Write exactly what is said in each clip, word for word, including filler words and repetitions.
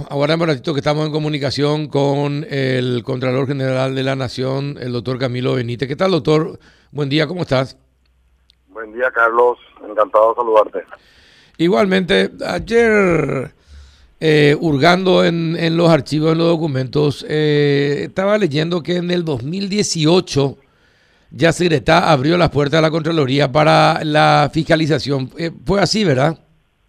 Bueno, ahora un ratito que estamos en comunicación con el Contralor General de la Nación, el doctor Camilo Benítez. ¿Qué tal, doctor? Buen día, ¿cómo estás? Buen día, Carlos. Encantado de saludarte. Igualmente, ayer, eh, hurgando en, en los archivos, en los documentos, eh, estaba leyendo que en el dos mil dieciocho Yacyretá abrió las puertas de la Contraloría para la fiscalización. Eh, fue así, ¿verdad?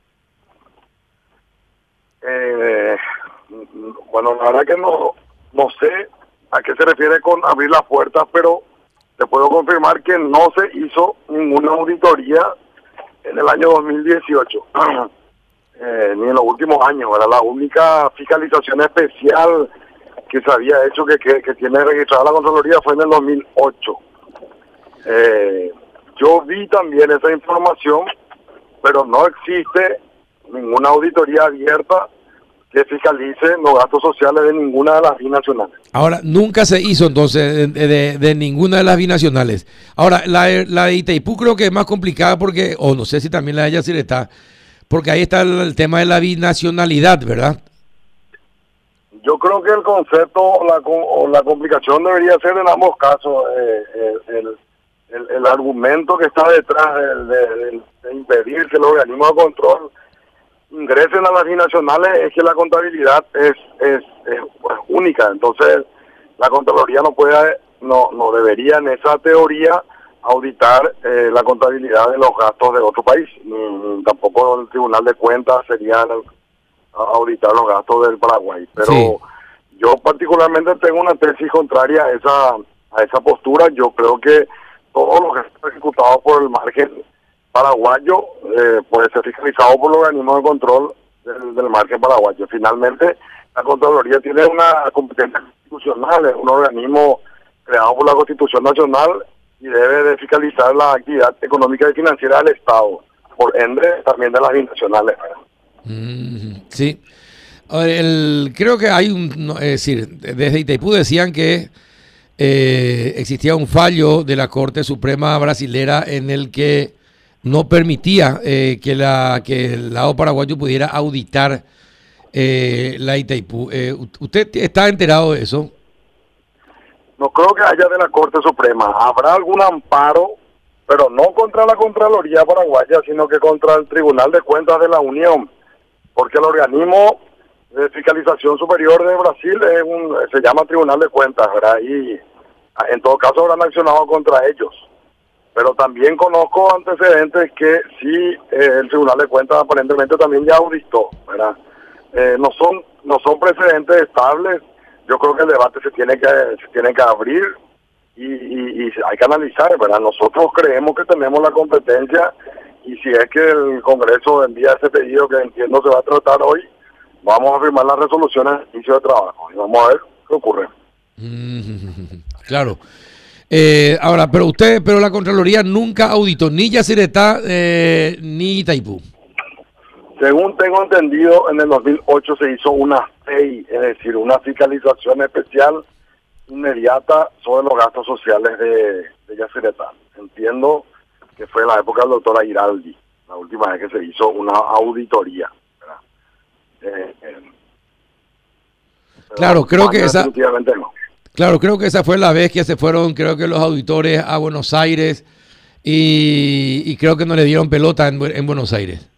Eh, bueno, la verdad que no, no sé a qué se refiere con abrir las puertas, pero te puedo confirmar que no se hizo ninguna auditoría en el año dos mil dieciocho, eh, ni en los últimos años. Era la única fiscalización especial que se había hecho, que, que, que tiene registrada la Contraloría, fue en el dos mil ocho. Eh, yo vi también esa información, pero no existe ninguna auditoría abierta que fiscalice los gastos sociales de ninguna de las binacionales. Ahora, nunca se hizo entonces de, de, de ninguna de las binacionales. Ahora, la, la de Itaipú creo que es más complicada porque, o no sé si también la de Yacyretá, porque ahí está el, el tema de la binacionalidad, ¿verdad? Yo creo que el concepto o la, o la complicación debería ser en ambos casos. Eh, eh, el, el, el argumento que está detrás de, de, de, de impedir que los organismos de control ingresen a las binacionales es que la contabilidad es, es, es, es única. Entonces la Contraloría no puede, no, no debería en esa teoría auditar eh, la contabilidad de los gastos de otro país. Ni, tampoco el Tribunal de Cuentas sería el, auditar los gastos del Paraguay. Pero sí, yo particularmente tengo una tesis contraria a esa, a esa postura. Yo creo que todos los gastos ejecutados por el margen paraguayo eh, puede ser fiscalizado por los organismos de control del, del margen paraguayo. Finalmente, la Contraloría tiene una competencia constitucional, es un organismo creado por la Constitución Nacional y debe de fiscalizar la actividad económica y financiera del Estado, por ende también de las binacionales. Mm, sí. El, creo que hay un, no, es decir, desde Itaipú decían que eh, existía un fallo de la Corte Suprema Brasilera en el que no permitía eh, que, la, que el lado paraguayo pudiera auditar eh, la Itaipú. Eh, ¿Usted está enterado de eso? No creo que haya de la Corte Suprema. Habrá algún amparo, pero no contra la Contraloría paraguaya, sino que contra el Tribunal de Cuentas de la Unión, porque el organismo de fiscalización superior de Brasil es un, se llama Tribunal de Cuentas, ¿verdad? Y en todo caso habrán accionado contra ellos. Pero también conozco antecedentes que sí, eh, el Tribunal de Cuentas aparentemente también ya auditó, ¿verdad? Eh, no son no son precedentes estables. Yo creo que el debate se tiene que se tiene que abrir y, y, y hay que analizar, ¿verdad? Nosotros creemos que tenemos la competencia y si es que el Congreso envía ese pedido que entiendo se va a tratar hoy, vamos a firmar las resoluciones de inicio de trabajo y vamos a ver qué ocurre. Mm, claro. Eh, ahora, pero usted, pero la Contraloría nunca auditó ni Yacyretá eh, ni Itaipú. Según tengo entendido, en el dos mil ocho se hizo una F E I, es decir, una fiscalización especial inmediata sobre los gastos sociales de, de Yacyretá. Entiendo que fue en la época del doctor Airaldi, la última vez que se hizo una auditoría. Eh, eh, claro, creo que esa... Definitivamente no. Claro, creo que esa fue la vez que se fueron, creo que los auditores a Buenos Aires y, y creo que no le dieron pelota en, en Buenos Aires.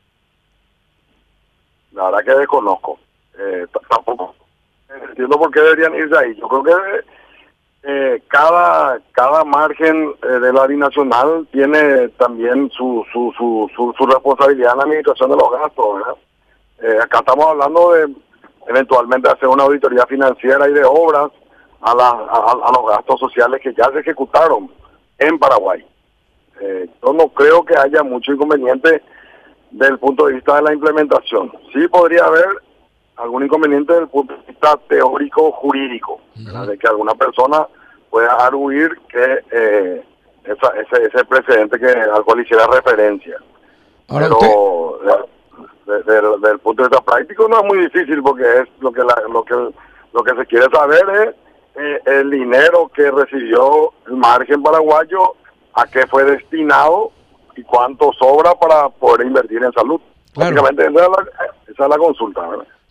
La verdad que desconozco. Eh, tampoco entiendo por qué deberían irse ahí. Yo creo que eh, cada cada margen eh, de la binacional tiene también su su, su, su su responsabilidad en la administración de los gastos, ¿verdad? Eh, acá estamos hablando de eventualmente hacer una auditoría financiera y de obras a, la, a, a los gastos sociales que ya se ejecutaron en Paraguay. Eh, yo no creo que haya mucho inconveniente desde el punto de vista de la implementación. Sí podría haber algún inconveniente desde el punto de vista teórico jurídico, ¿verdad? De que alguna persona pueda arguir que eh, esa, ese, ese precedente que al cual hiciera referencia. Ahora Pero desde de, de, de el punto de vista práctico no es muy difícil, porque es lo que la, lo que lo que se quiere saber es eh, el dinero que recibió el margen paraguayo, a qué fue destinado y cuánto sobra para poder invertir en salud. Claro. Básicamente esa es la, esa es la consulta, ¿verdad?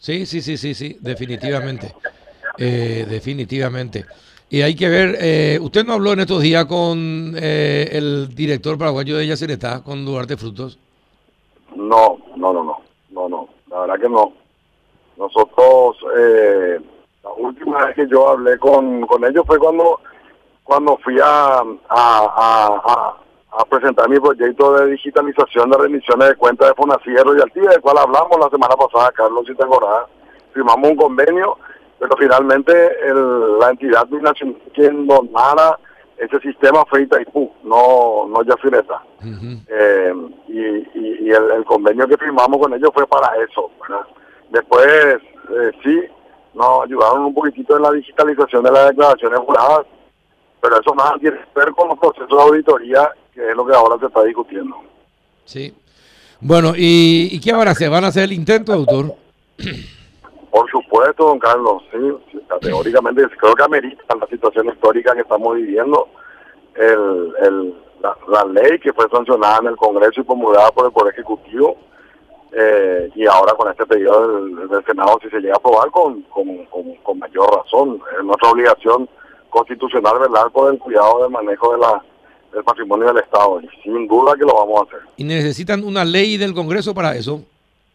Sí, sí, sí, sí, sí, definitivamente. Eh, definitivamente. Y hay que ver, eh, usted no habló en estos días con eh, el director paraguayo de Yacyretá, con Duarte Frutos. No, no, no, no, no, no, la verdad que no. Nosotros, eh, la última vez que yo hablé con, con ellos fue cuando cuando fui a, a, a, a, a presentar mi proyecto de digitalización de remisiones de cuentas de Fonacierro y Altía, del cual hablamos la semana pasada, Carlos, si te acordás. Firmamos un convenio, pero finalmente el, la entidad binacional quien donara ese sistema fue Itaipú, no, no Yacyretá. Uh-huh. eh, y y, y el, el convenio que firmamos con ellos fue para eso, ¿verdad? Después, eh, sí, nos ayudaron un poquitito en la digitalización de las declaraciones juradas, pero eso nada tiene que ver con los procesos de auditoría, que es lo que ahora se está discutiendo. Sí. Bueno, ¿y, y qué van a hacer? ¿Van a hacer el intento, doctor? Por supuesto, don Carlos, sí, sí, categóricamente creo que amerita la situación histórica que estamos viviendo, el, el, la, la ley que fue sancionada en el Congreso y promulgada por el Poder Ejecutivo, eh, y ahora con este pedido del, del Senado, si se llega a aprobar, con, con, con, con mayor razón. Es nuestra obligación constitucional velar por el cuidado del manejo de la, del patrimonio del Estado, y sin duda que lo vamos a hacer. ¿Y necesitan una ley del Congreso para eso?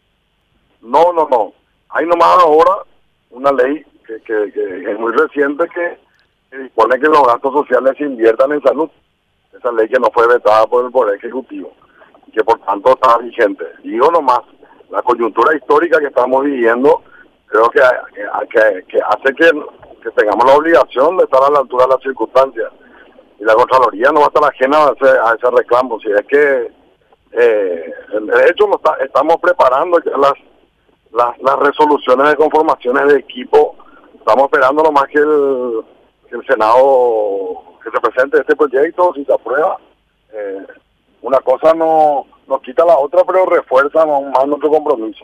No, no, no. Hay nomás ahora una ley que, que, que es muy reciente que, que dispone que los gastos sociales se inviertan en salud. Esa ley que no fue vetada por el Poder Ejecutivo y que por tanto está vigente. Digo nomás, la coyuntura histórica que estamos viviendo creo que, que, que hace que, que tengamos la obligación de estar a la altura de las circunstancias. Y la Contraloría no va a estar ajena a ese, a ese reclamo. Si es que, eh, de hecho, lo está, estamos preparando ya las Las, las resoluciones de conformaciones de equipo. Estamos esperando nomás que el, que el Senado, que se presente este proyecto, si se aprueba. Eh, una cosa no nos quita la otra, pero refuerza aún más nuestro compromiso.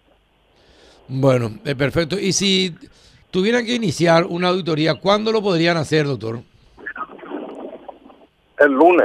Bueno, eh, perfecto. Y si tuvieran que iniciar una auditoría, ¿cuándo lo podrían hacer, doctor? El lunes.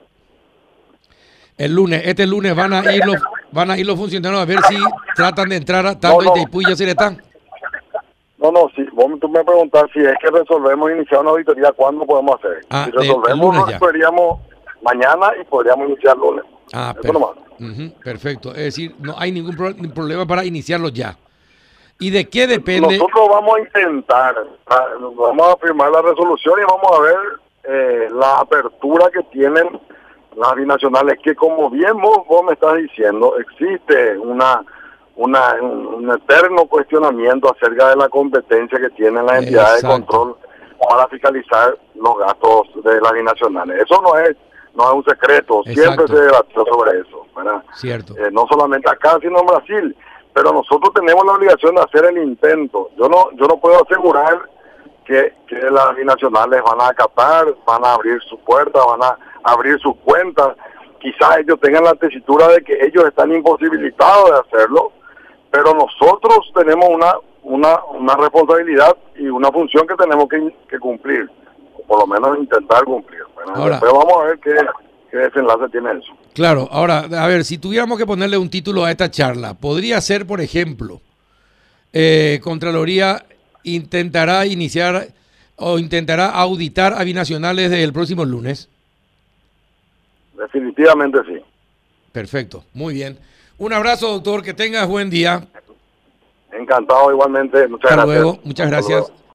El lunes, este lunes van a ir los van a ir los funcionarios a ver si tratan de entrar a tanto no, no. Itaipú y Yacyretá. No, no, si vos tú me preguntas si es que resolvemos iniciar una auditoría, ¿cuándo podemos hacer? Ah, si resolvemos, lunes ya. podríamos mañana y podríamos iniciar lunes. Ah, Eso nomás. Uh-huh, perfecto. Es decir, no hay ningún pro problema para iniciarlo ya. ¿Y de qué depende? Nosotros vamos a intentar, vamos a firmar la resolución y vamos a ver eh, la apertura que tienen las binacionales, que como bien vos, vos me estás diciendo, existe una, una un eterno cuestionamiento acerca de la competencia que tienen las entidades Exacto. de control para fiscalizar los gastos de las binacionales. Eso no es no es un secreto, Exacto. Siempre se debatió sobre eso, ¿verdad? Cierto. Eh, no solamente acá, sino en Brasil. Pero nosotros tenemos la obligación de hacer el intento. Yo no yo no puedo asegurar que, que las binacionales van a acatar, van a abrir sus puertas, van a abrir sus cuentas. Quizás ellos tengan la tesitura de que ellos están imposibilitados de hacerlo, pero nosotros tenemos una una una responsabilidad y una función que tenemos que, que cumplir, o por lo menos intentar cumplir. Bueno, ahora, después vamos a ver qué, qué desenlace tiene eso. Claro, ahora, a ver, si tuviéramos que ponerle un título a esta charla, podría ser, por ejemplo, eh, Contraloría intentará iniciar o intentará auditar a binacionales del próximo lunes. Definitivamente sí. Perfecto, muy bien. Un abrazo, doctor, que tengas buen día. Encantado igualmente. Muchas Hasta gracias. luego, muchas Hasta gracias. luego.